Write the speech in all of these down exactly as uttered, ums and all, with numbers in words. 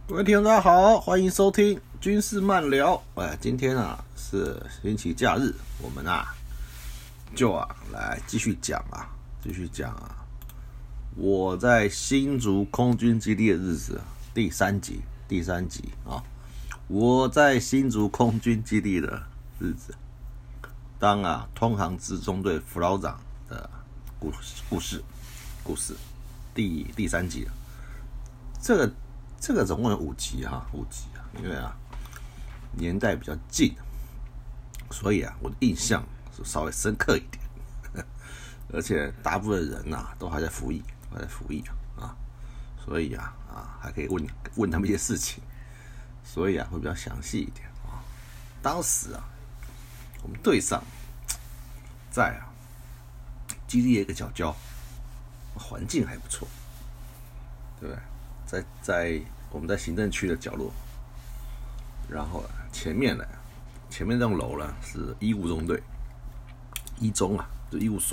各位听众大家好，欢迎收听军事漫聊。哎，今天啊是星期假日，我们啊就啊来继续讲啊，继续讲啊，我在新竹空军基地的日子，第三集，第三集啊，我在新竹空军基地的日子，当啊通航支中队辅导长的故故事，故事第第三集了，这个。这个总共有五集哈，五集啊，因为啊年代比较近，所以啊我的印象是稍微深刻一点，而且大部分人啊都还在服役，还在服役啊，所以啊啊还可以问问他们一些事情，所以啊会比较详细一点啊。当时啊我们队上在啊基地的一个角角，环境还不错，对不对？在在我们在行政区的角落，然后前面呢，前面这栋楼呢是医务中队，医中啊，就医务所。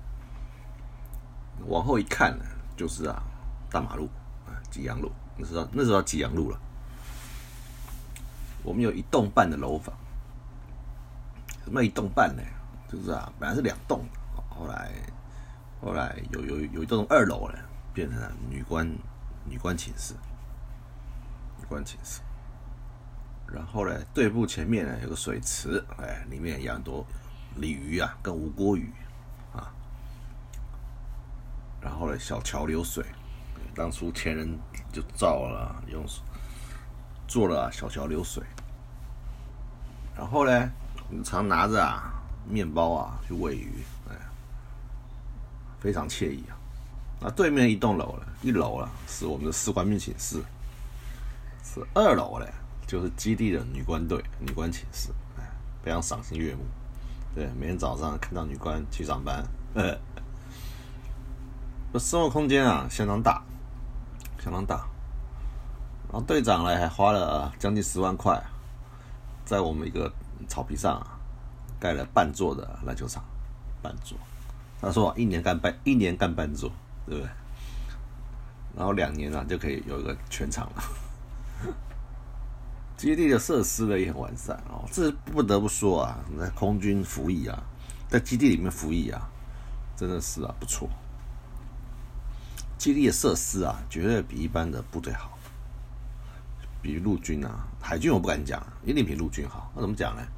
往后一看呢，就是啊大马路啊吉阳路，那时候那时候叫吉阳路了。我们有一栋半的楼房，什么一栋半呢？就是啊本来是两栋，后来后来有有有一栋二楼呢，变成了女官。女官寝室，女官寝室，然后呢，队部前面呢有个水池，哎，里面养很多鲤鱼啊，跟无锅鱼啊。然后呢，小桥流水，当初前人就造了，用做了、啊、小桥流水。然后呢，我们常拿着啊面包啊去喂鱼，哎，非常惬意啊。那对面一栋楼了，一楼了是我们的士官兵寝室，是二楼嘞，就是基地的女官队、女官寝室，非常赏心悦目。对，每天早上看到女官去上班，呃，生活空间啊相当大，相当大。然后队长呢还花了将近十万块，在我们一个草皮上啊盖了半座的篮球场，半座。他说一年干半，一年干半座。对不对？然后两年啊就可以有一个全场了。基地的设施呢也很完善哦，这不得不说啊，在空军服役啊，在基地里面服役啊，真的是啊不错。基地的设施啊，绝对比一般的部队好，比陆军啊、海军我不敢讲，一定比陆军好。那怎么讲呢？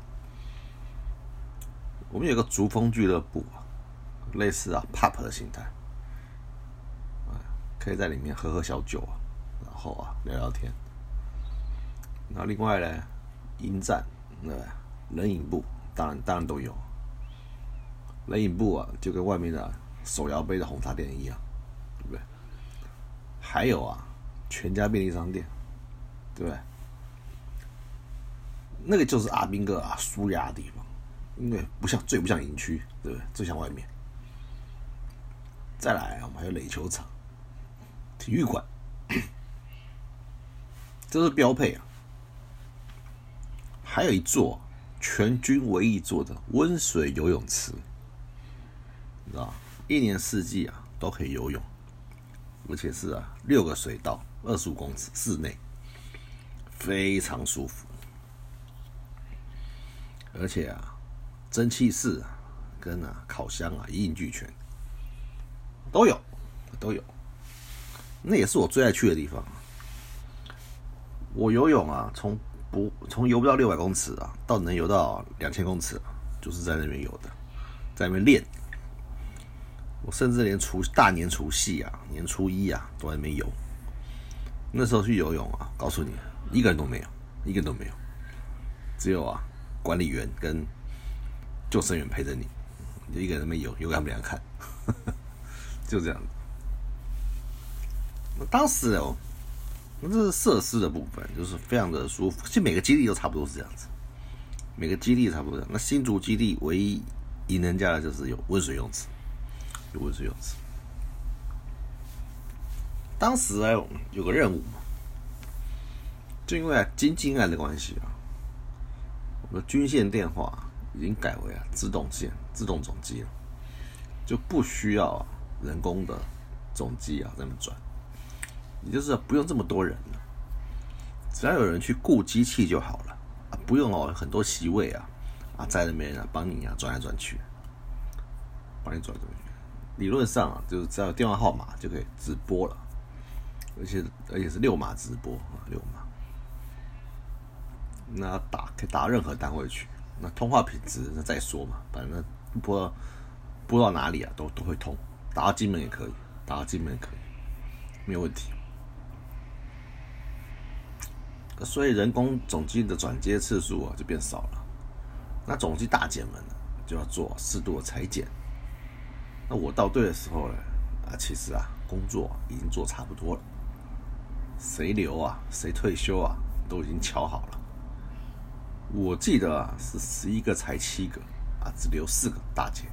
我们有个竹风俱乐部啊，类似啊 pub 的形态。可以在里面喝喝小酒啊，然后啊聊聊天。然后另外呢，营站对人影部当然当然都有。人影部啊，就跟外面的手摇杯的红茶店一样，对不对？还有啊，全家便利商店，对不对？那个就是阿兵哥啊舒压的地方，因为不像最不像营区，对不对？最像外面。再来，我们还有垒球场。体育馆，这是标配啊！还有一座全军唯一座的温水游泳池，你知道，一年四季啊都可以游泳，而且是啊六个水道，二十五公尺，室内非常舒服，而且啊蒸汽室啊跟啊烤箱啊一应俱全，都有，都有。那也是我最爱去的地方。我游泳啊，从不从游不到六百公尺啊，到能游到两千公尺、啊，就是在那边游的，在那边练。我甚至连除大年除夕啊、年初一啊，都在那边游。那时候去游泳啊，告诉你，一个人都没有，一个人都没有，只有啊管理员跟救生员陪着你，你就一个人在那边游，游给他们俩看，就这样子。当时哦，这是设施的部分，就是非常的舒服。其实每个基地都差不多是这样子，每个基地差不多这样。那新竹基地唯一赢人家的就是有温水泳池，有温水泳池。当时呢有个任务嘛，就因为啊经济案的关系啊，我们的军线电话已经改为啊自动线、自动总机了，就不需要、啊、人工的总机啊在那边转。也就是不用这么多人了， 只要有人去顾机器就好了啊，不用哦很多席位啊啊在那边啊帮你啊转来转去，帮你转来转去。理论上啊，就是只要有电话号码就可以直播了，而且而且是六码直播啊，六码。那打可以打任何单位去，那通话品质那再说嘛，反正播播到哪里啊都都会通，打到金门也可以，打到金门也可以，没有问题。所以人工总机的转接次数啊就变少了，那总机大姐们呢就要做适度的裁剪。那我到队的时候呢，啊，其实啊，工作已经做差不多了，谁留啊，谁退休啊，都已经瞧好了。我记得啊，是十一个裁七个啊，只留四个大姐。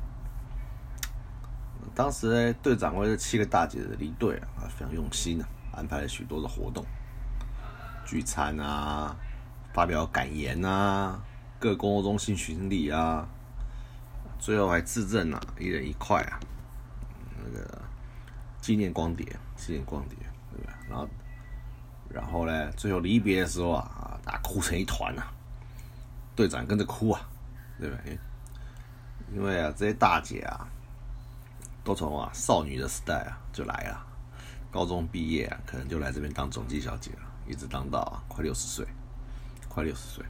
当时呢，队长为这七个大姐的离队啊，非常用心啊，安排了许多的活动，聚餐啊，发表感言啊，各工作中心巡礼啊。最后还自赠啊，一人一块啊，那个纪念光碟，纪念光碟，对不对？然后，然后呢，最后离别的时候啊，啊，大家哭成一团啊，队长跟着哭啊，对不对？因为啊，这些大姐啊，都从啊少女的时代啊就来了，高中毕业啊，可能就来这边当总机小姐了，一直当到啊快六十岁，快六十岁。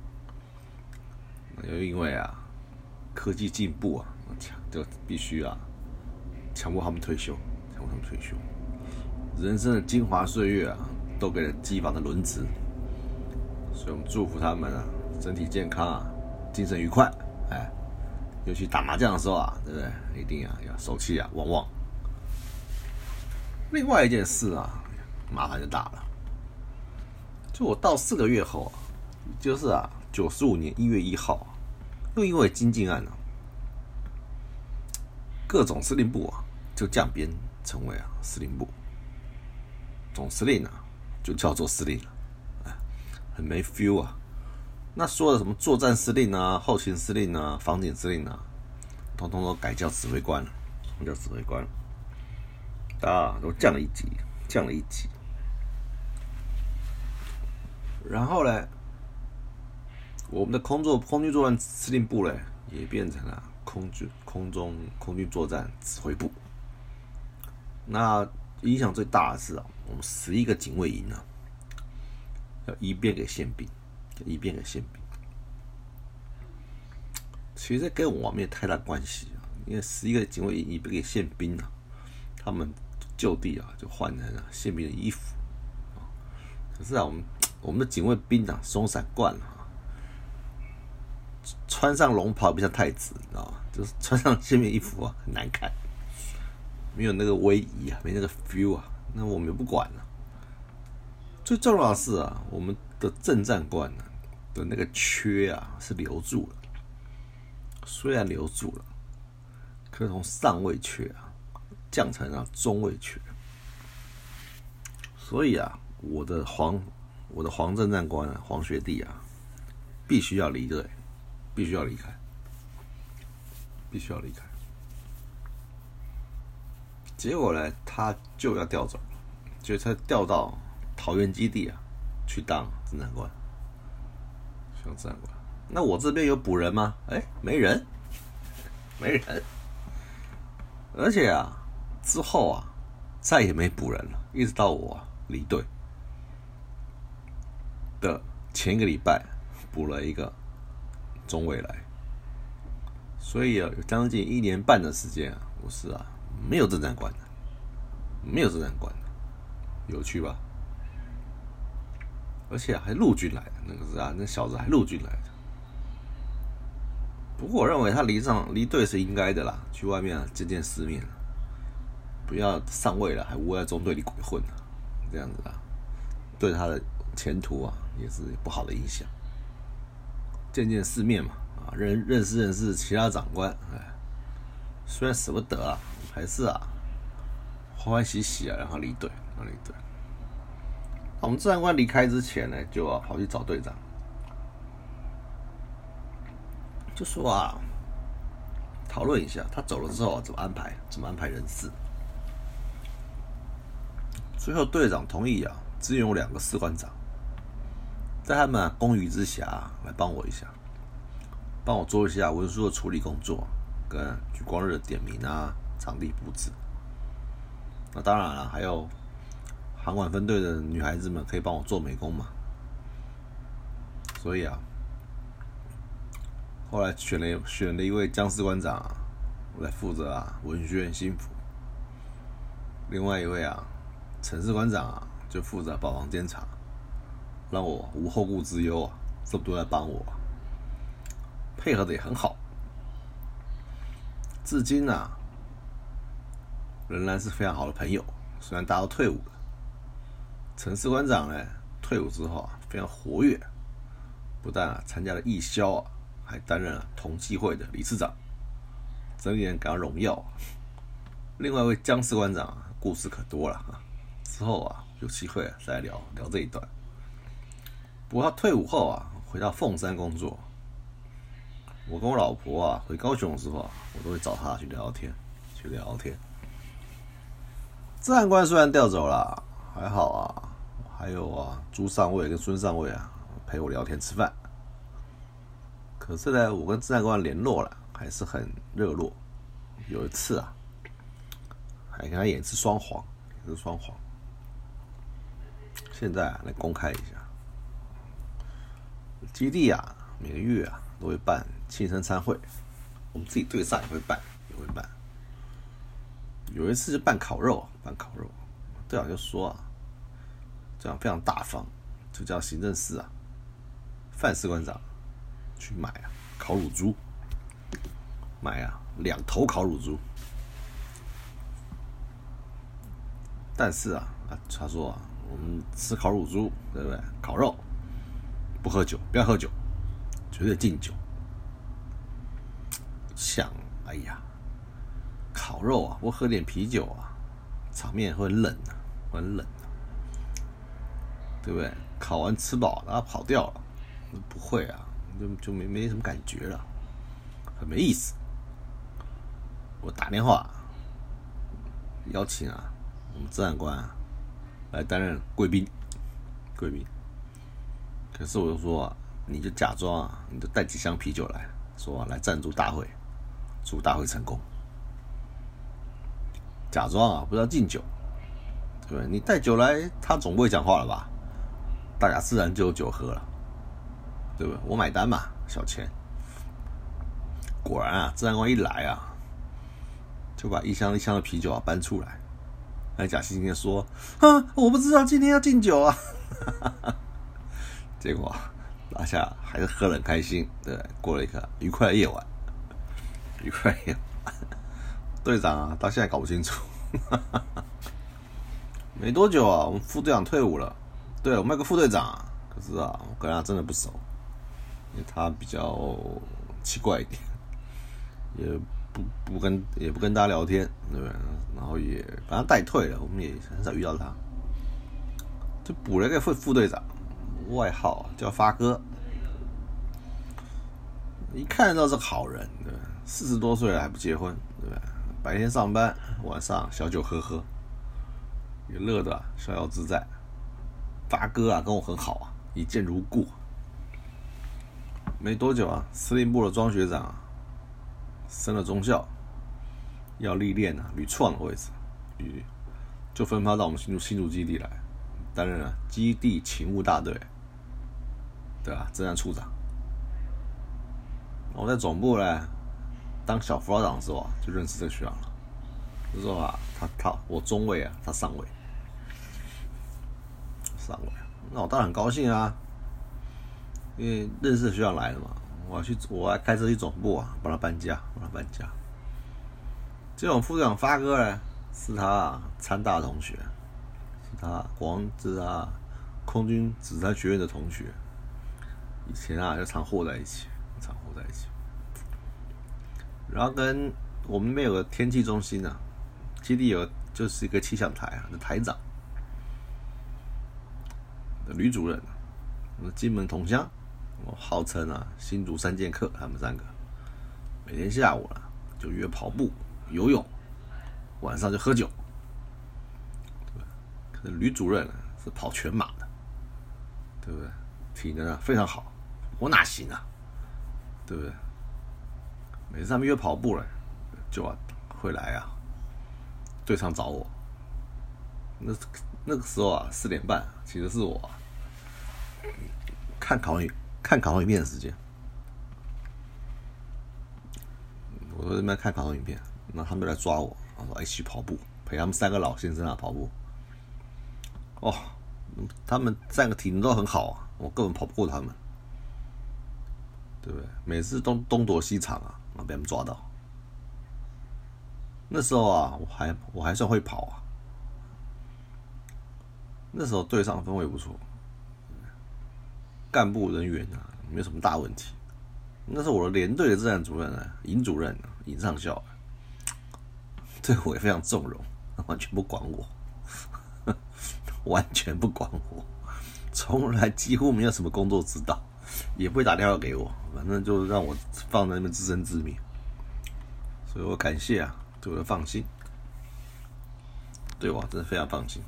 又因为啊。科技进步啊，就必须啊，强迫他们退休，强迫他们退休。人生的精华岁月啊，都给了机房的轮值，所以我们祝福他们啊，身体健康啊，精神愉快。哎，尤其打麻将的时候啊，对不对？一定啊要手气啊旺旺。另外一件事啊，麻烦就大了。就我到四个月后啊，就是啊，九十五年一月一号。又因为经济案啊，各总司令部啊就降编成为啊司令部，总司令啊就叫做司令了，哎，很没 feel 啊。那说的什么作战司令啊、后勤司令啊、防警司令啊，统统都改叫指挥官了，叫指挥官了，大家都降了一级，降了一级。然后呢？我们的空作空军作战司令部呢，也变成了空军空中空军作战指挥部。那影响最大的是啊，我们十一个警卫营啊，要移编给宪兵，移编给宪兵。其实跟我没有太大关系啊，因为十一个警卫营移编给宪兵啊，他们就地啊就换成了宪兵的衣服。可是啊，我们我们的警卫兵啊松散惯了。穿上龙袍不像太子，你知道吗？就是穿上宪兵衣服啊，很难看，没有那个威仪啊，没那个 feel 啊。那我们也不管了。最重要的是啊，我们的政战官啊的那个缺啊是留住了，虽然留住了，可是从上尉缺啊降成了中尉缺。所以啊，我的黄我的黄政战官啊，黄学弟啊，必须要离队。必须要离开，必须要离开。结果呢，他就要调走了，所以他调到桃园基地啊，去当政战官，去当政战官。那我这边有补人吗？哎，没人，没人。而且啊，之后啊，再也没补人了，一直到我、啊、离队的前一个礼拜，补了一个。中尉来，所以啊，有将近一年半的时间啊，我是啊没有政战官的，没有政战官的，有趣吧？而且、啊、还陆军来的，那个是啊，那小子还陆军来的。不过我认为他离上离队是应该的啦，去外面啊见见世面，不要上位了还窝在中队里鬼混啊，这样子啊，对他的前途啊也是不好的影响。见见世面嘛，啊，认认识认识其他长官，哎，虽然舍不得啊，还是啊，欢欢喜喜啊，让他离队，让他离队。我们政战官离开之前呢，就啊跑去找队长，就说啊，讨论一下他走了之后、啊、怎么安排，怎么安排人事。最后队长同意啊，支援我两个士官长， 在他们、啊、公余之暇、啊、来帮我一下，帮我做一下文书的处理工作，跟举光日的点名啊、场地布置。那当然了，还有航管分队的女孩子们可以帮我做美工嘛。所以啊，后来选了选了一位江士官长、啊、来负责啊文学院心辅，另外一位啊陈士官长啊就负责保防监察，让我无后顾之忧啊，这么多人来帮我、啊，配合的也很好。至今啊，仍然是非常好的朋友。虽然大家都退伍了，陈士官长呢退伍之后啊非常活跃，不但啊参加了义消啊，还担任了同济会的理事长，真令人感到荣耀、啊。另外一位江士官长、啊、故事可多了啊，之后啊有机会、啊、再来聊聊这一段。不过他退伍后啊，回到凤山工作。我跟我老婆啊回高雄的时候啊，我都会找他去聊聊天，去聊聊天。治安官虽然调走了，还好啊，还有啊朱上尉跟孙上尉啊陪我聊天吃饭。可是呢，我跟治安官联络了，还是很热络。有一次啊，还跟他演一次双簧，也是双簧。现在、啊、来公开一下，基地啊每个月啊都会办庆生餐会，我们自己队上也会办，也会办。有一次就办烤肉，办烤肉，队长就说啊，这样非常大方，就叫行政室啊范士官长去买啊烤乳猪，买啊两头烤乳猪。但是啊，他说啊，我们吃烤乳猪，对不对？烤肉不喝酒，不要喝酒，绝对禁酒。想，哎呀，烤肉啊，我喝点啤酒啊，场面会冷啊，会很冷啊，对不对？烤完吃饱，然后跑掉了，不会啊，就就没没什么感觉了，很没意思。我打电话邀请啊，我们治安官啊来担任贵宾，贵宾。可是我就说啊，你就假装啊，你就带几箱啤酒来，说、啊、来赞助大会，祝大会成功。假装啊，不知道敬酒，对不对？你带酒来，他总不会讲话了吧？大家自然就有酒喝了，对不对？我买单嘛，小钱。果然啊，治安官一来啊，就把一箱一箱的啤酒啊搬出来，还假惺惺的说：“啊，我不知道今天要敬酒啊。”结果大家还是喝得很开心，对，过了一个愉快的夜晚，愉快的夜晚。队长啊，到现在搞不清楚。没多久啊，我们副队长退伍了。对了，我们有个副队长、啊，可是啊，我跟他真的不熟，因为他比较奇怪一点，也不不跟也不跟大家聊天，对不对？然后也把他带退了，我们也很少遇到他。就补了一个副副队长，外号叫发哥，一看就知道是好人，对吧？四十多岁了还不结婚，对吧？白天上班，晚上小酒喝喝，也乐得、啊、逍遥自在。发哥啊，跟我很好啊，一见如故。没多久啊，司令部的庄学长、啊、升了中校，要历练啊旅创的位置，就分发到我们新竹新竹基地来，担任了基地勤务大队，对吧？侦查处长。我在总部呢当小辅导长的时候啊，就认识这个学长了。就说啊，他他我中尉啊，他上尉，上尉。那我当然很高兴啊，因为认识的学长来了嘛，我要去，我要开车去总部啊，帮他搬家，帮他搬家。这种副队长发哥呢，是他参大的同学，是他国防是他空军指战学院的同学，以前啊就常混在一起，常混在一起。然后跟我们那边有个天气中心啊，基地有就是一个气象台啊，的台长的吕主任，我们金门同乡，我号称啊新竹三剑客，他们三个每天下午啊就约跑步、游泳，晚上就喝酒。可是吕主任、啊、是跑全马的，对不对？ 体能啊非常好，我哪行啊？对不对？每次他们约跑步了，就啊会来啊，队长找我。那那个时候啊，四点半，其实是我、啊、看卡通看卡通影片的时间。我在那边看卡通影片，那他们就来抓我，我说一起跑步，陪他们三个老先生啊跑步。哦，他们三个体能都很好啊，我根本跑不过他们，对不对？每次东东躲西藏啊，然后被他们抓到。那时候啊，我还我还算会跑啊。那时候队上氛围不错，干部人员啊没有什么大问题。那是我的连队的作战主任啊，尹主任、尹上校、啊，对我也非常纵容，完全不管我，完全不管我，从来几乎没有什么工作指导，也不会打电话给我，反正就让我放在那边自生自灭。所以我感谢啊，对我的放心，对我真的非常放心。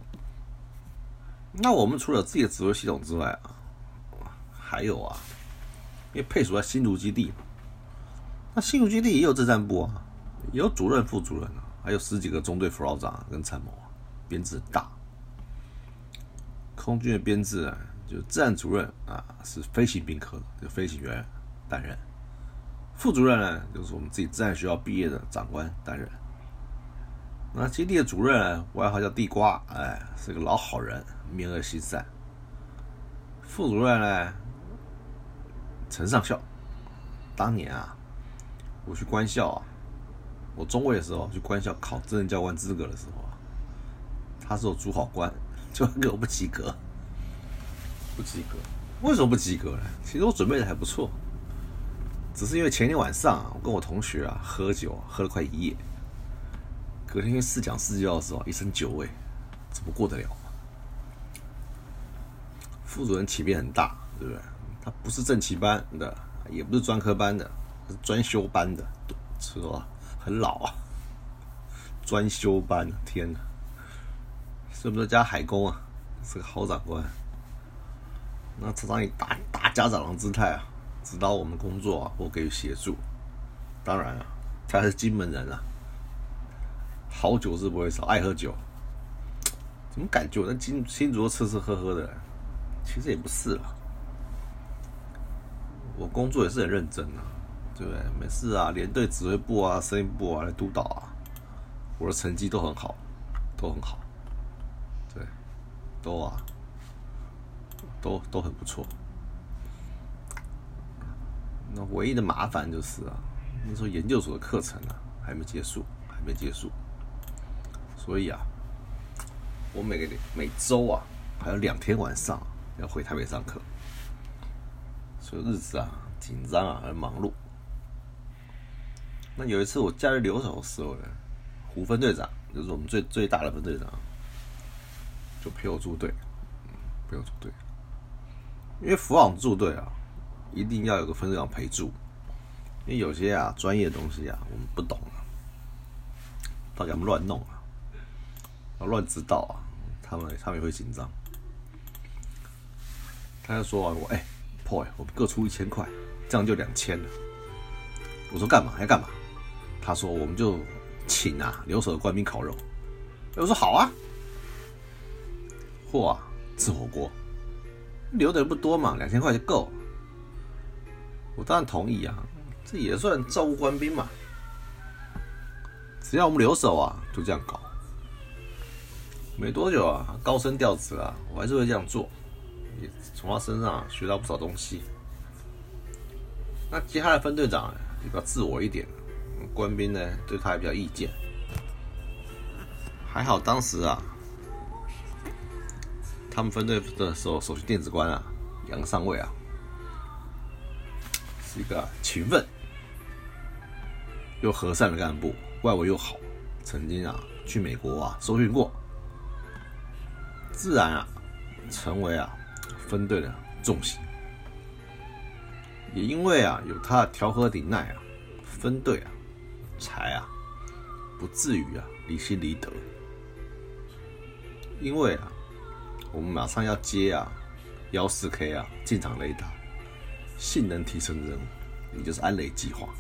那我们除了自己的指挥系统之外啊，还有啊，因为配属在新竹基地嘛，那新竹基地也有政战部啊，也有主任、副主任啊，还有十几个中队辅导长跟参谋啊，编制很大。空军的编制啊，就是政战主任啊是飞行兵科的，就飞行员担任；副主任呢，就是我们自己政战学校毕业的长官担任。那基地的主任呢，外号叫地瓜，哎，是个老好人，面恶心善。副主任呢，陈上校，当年啊，我去官校啊，我中尉的时候去官校考正任教官资格的时候啊，他是我主考官，就给我不及格，不及格。为什么不及格呢？其实我准备的还不错，只是因为前天晚上、啊、我跟我同学啊喝酒，喝了快一夜。隔天试讲试教的时候，一身酒味，怎么过得了？副主任起变很大，对不对？他不是正期班的，也不是专科班的，是专修班的，是吧？很老啊，专修班，天哪！是不是加海工啊？是个好长官。那常常以大大家长的姿态啊，指导我们工作啊，或给予协助。当然啊，他是金门人啊。好酒是不会少，爱喝酒。怎么感觉我在新新竹吃吃喝喝的？其实也不是啦，我工作也是很认真啊，对不对？每次啊，连队指挥部啊、声音部啊来督导啊，我的成绩都很好，都很好，对，都啊，都都很不错。那唯一的麻烦就是啊，那时候研究所的课程啊还没结束，还没结束。所以啊，我每个每周啊还有两天晚上要回台北上课，所以日子啊紧张啊很忙碌。那有一次我假日留守的时候呢，胡分队长就是我们最最大的分队长，就陪我驻队，陪我驻队。因为辅导驻队啊，一定要有个分队长陪驻，因为有些啊专业的东西啊我们不懂啊，怕给他们乱弄啊。乱指导啊，他们他们也会紧张。他就说啊，我哎，破、欸，我们各出一千块，这样就两千了。我说干嘛？要干嘛？他说我们就请啊留守的官兵烤肉。我说好啊，或啊吃火锅，留的人不多嘛，两千块就够。我当然同意啊，这也算照顾官兵嘛。只要我们留守啊，就这样搞。没多久啊，高升调职啊，我还是会这样做，也从他身上、啊、学到不少东西。那接他的分队长也比较自我一点，官兵呢对他也比较意见。还好当时啊，他们分队的时候，首席电子官啊，杨上尉啊，是一个勤奋又和善的干部，外围又好，曾经啊去美国啊受训过。自然啊，成为啊分队的重心。也因为啊有他的调和顶耐啊，分队啊才啊不至于啊离心离德。因为啊我们马上要接啊幺四 K 啊，进场雷达，性能提升任务，也就是安雷计划。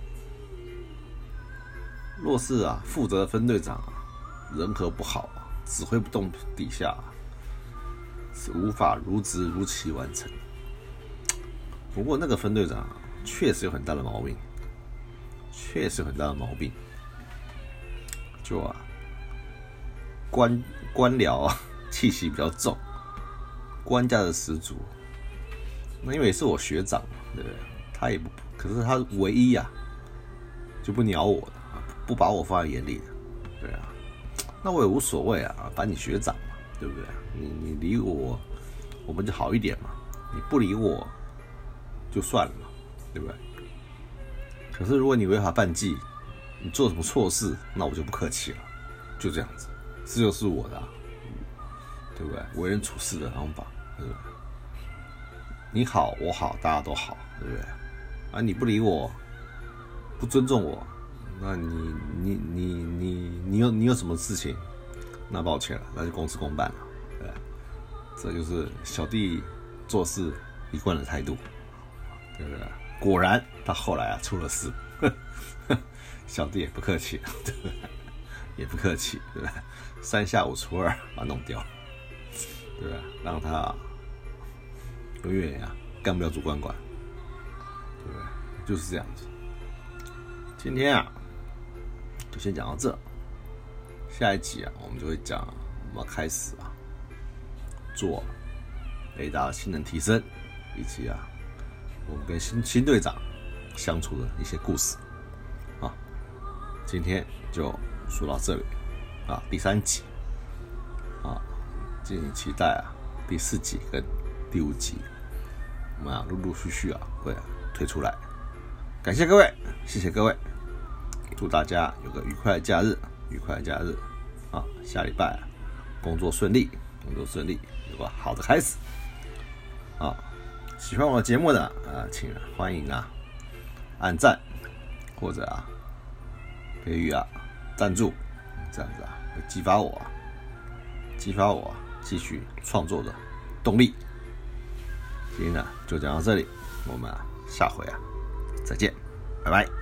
若是啊，负责的分队长啊，人和不好啊，指挥不动底下、啊，是无法如职如期完成。不过那个分队长、啊、确实有很大的毛病，确实有很大的毛病，就啊，官官僚啊，气息比较重，官家的十足。那因为也是我学长，对不对？他也不，可是他唯一啊，就不鸟我的。不把我放在眼里的，对啊，那我也无所谓啊，把你学长嘛，对不对？你你理我，我们就好一点嘛。你不理我，就算了嘛，对不对？可是如果你违法办纪，你做什么错事，那我就不客气了，就这样子，这就是我的、啊，对不对？为人处事的方法，对不对？你好，我好，大家都好，对不对？啊，你不理我，不尊重我。那你你你你你有你有什么事情？那抱歉了，那就公事公办了，对，这就是小弟做事一贯的态度，对不对？果然他后来啊出了事，小弟也不客气，对不对？也不客气，对不对？三下五除二把他弄掉，对不对？让他永远呀、啊、干不了主管管，对不对？就是这样子。今天啊。就先讲到这，下一集啊，我们就会讲我们要开始啊做雷达的性能提升，以及啊我们跟新新队长相处的一些故事啊。今天就说到这里啊，第三集啊，敬请期待啊第四集跟第五集，我们啊陆陆续续啊会啊推出来。感谢各位，谢谢各位。祝大家有个愉快的假日，愉快的假日啊！下礼拜、啊、工作顺利，工作顺利，有个好的开始啊！喜欢我的节目的啊，请欢迎啊按赞或者啊给予啊赞助，这样子啊会激发我、啊，激发我、啊、继续创作的动力。今天呢就讲到这里，我们啊下回啊再见，拜拜。